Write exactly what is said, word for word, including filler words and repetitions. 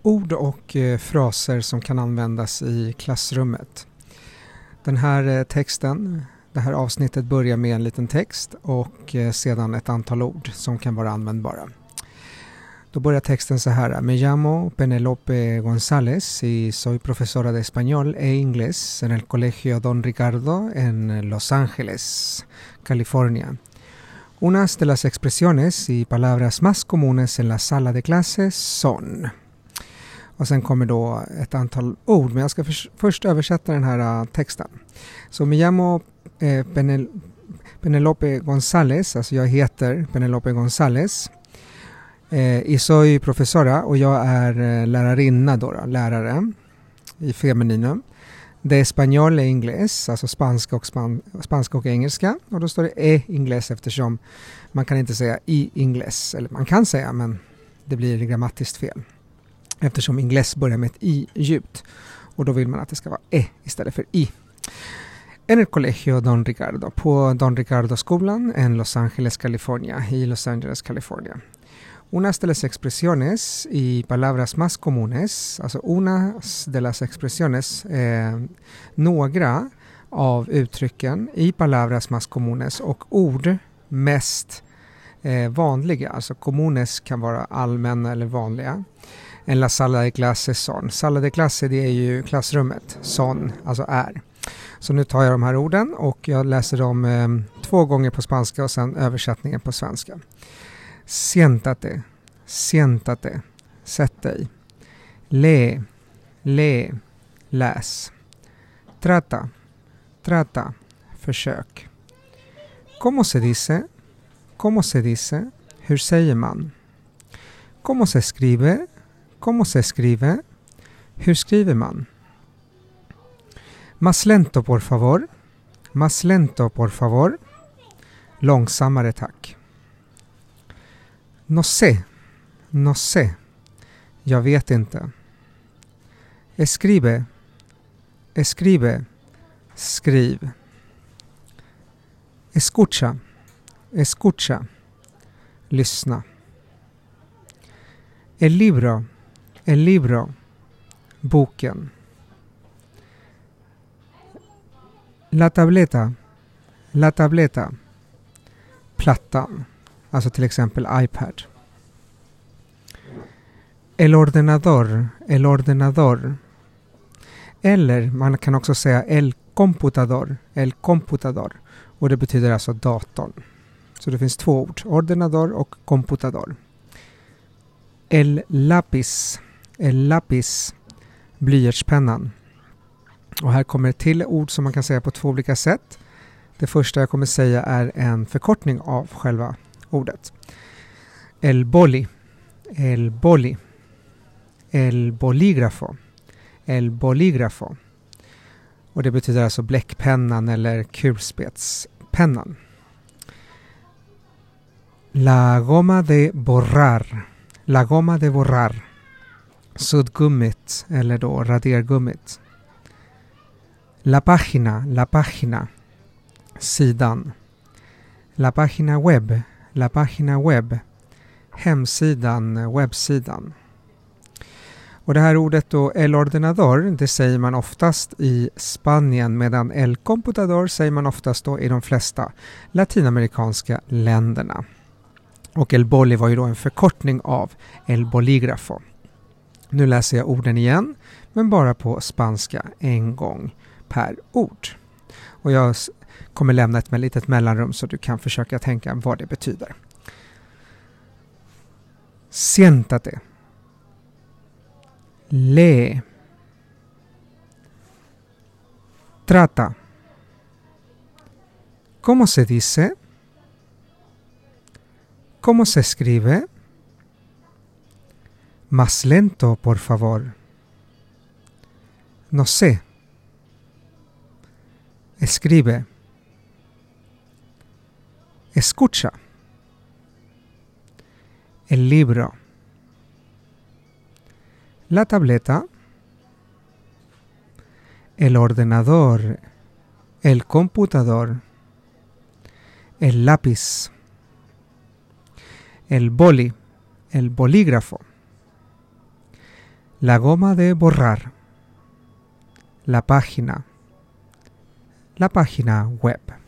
ord och eh, fraser som kan användas i klassrummet. Den här eh, texten, det här avsnittet börjar med en liten text och eh, sedan ett antal ord som kan vara användbara. Då börjar texten så här: Me llamo Penelope González y soy profesora de español e inglés en el Colegio Don Ricardo en Los Ángeles, California. Unas de las expresiones y palabras más comunes en la sala de clases son... Och sen kommer då ett antal ord, men jag ska för, först översätta den här uh, texten. Så me llamo eh, Penel, Penelope González, alltså jag heter Penelope González. Eh, y soy profesora, och jag är eh, lärarinna då, då, lärare i femininum. De español e inglés, alltså spanska och, span, spanska och engelska. Och då står det e inglés eftersom man kan inte säga i inglés. Eller man kan säga, men det blir grammatiskt fel. Eftersom inglés börjar med ett i-ljud. Och då vill man att det ska vara e istället för i. En el Colegio Don Ricardo, på Don Ricardo-skolan en Los Angeles, California, i Los Angeles, California. Unas de las expresiones y palabras más comunes, alltså unas de las expresiones, eh, några av uttrycken i palabras más comunes och ord mest eh, vanliga, alltså comunes kan vara allmänna eller vanliga. En la sala de clase son. Sala de clase, det är ju klassrummet. Son, alltså är. Så nu tar jag de här orden och jag läser dem eh, två gånger på spanska och sen översättningen på svenska. Siéntate, siéntate, sätt dig. Le, le, läs. Trata, trata, försök. ¿Cómo se dice? ¿Cómo se dice? Hur säger man? ¿Cómo se escribe? ¿Cómo se escribe? Hur skriver man? Más lento, por favor. Más lento, por favor. Långsammare, tack. No sé. No sé. Jag vet inte. Escribe. Escribe. Skriv. Escucha. Escucha. Lyssna. El libro. El libro. Boken. La tableta. La tableta. Plattan. Alltså till exempel iPad. El ordenador. El ordenador. Eller man kan också säga el computador. El computador. Och det betyder alltså datorn. Så det finns två ord. Ordenador och computador. El lápiz. El lápiz. Blyertspennan. Och här kommer ett till ord som man kan säga på två olika sätt. Det första jag kommer säga är en förkortning av själva ordet. El boli. El boli. El bolígrafo. El bolígrafo. Och det betyder alltså bläckpennan eller kulspetspennan. La goma de borrar. La goma de borrar. Suddgummit eller då radergummit. La página. La página. Sidan. La página web. La página web. Hemsidan, webbsidan. Och det här ordet då, el ordenador, det säger man oftast i Spanien, medan el computador säger man oftast då i de flesta latinamerikanska länderna. Och el boli var ju då en förkortning av el bolígrafo. Nu läser jag orden igen, men bara på spanska en gång per ord. Och jag kommer lämna ett litet mellanrum så du kan försöka tänka vad det betyder. Siéntate. Lee. Trata. ¿Cómo se dice? ¿Cómo se escribe? Más lento, por favor. No sé. Escribe. Escucha. El libro. La tableta. El ordenador. El computador. El lápiz. El boli. El bolígrafo. La goma de borrar. La página. La página web.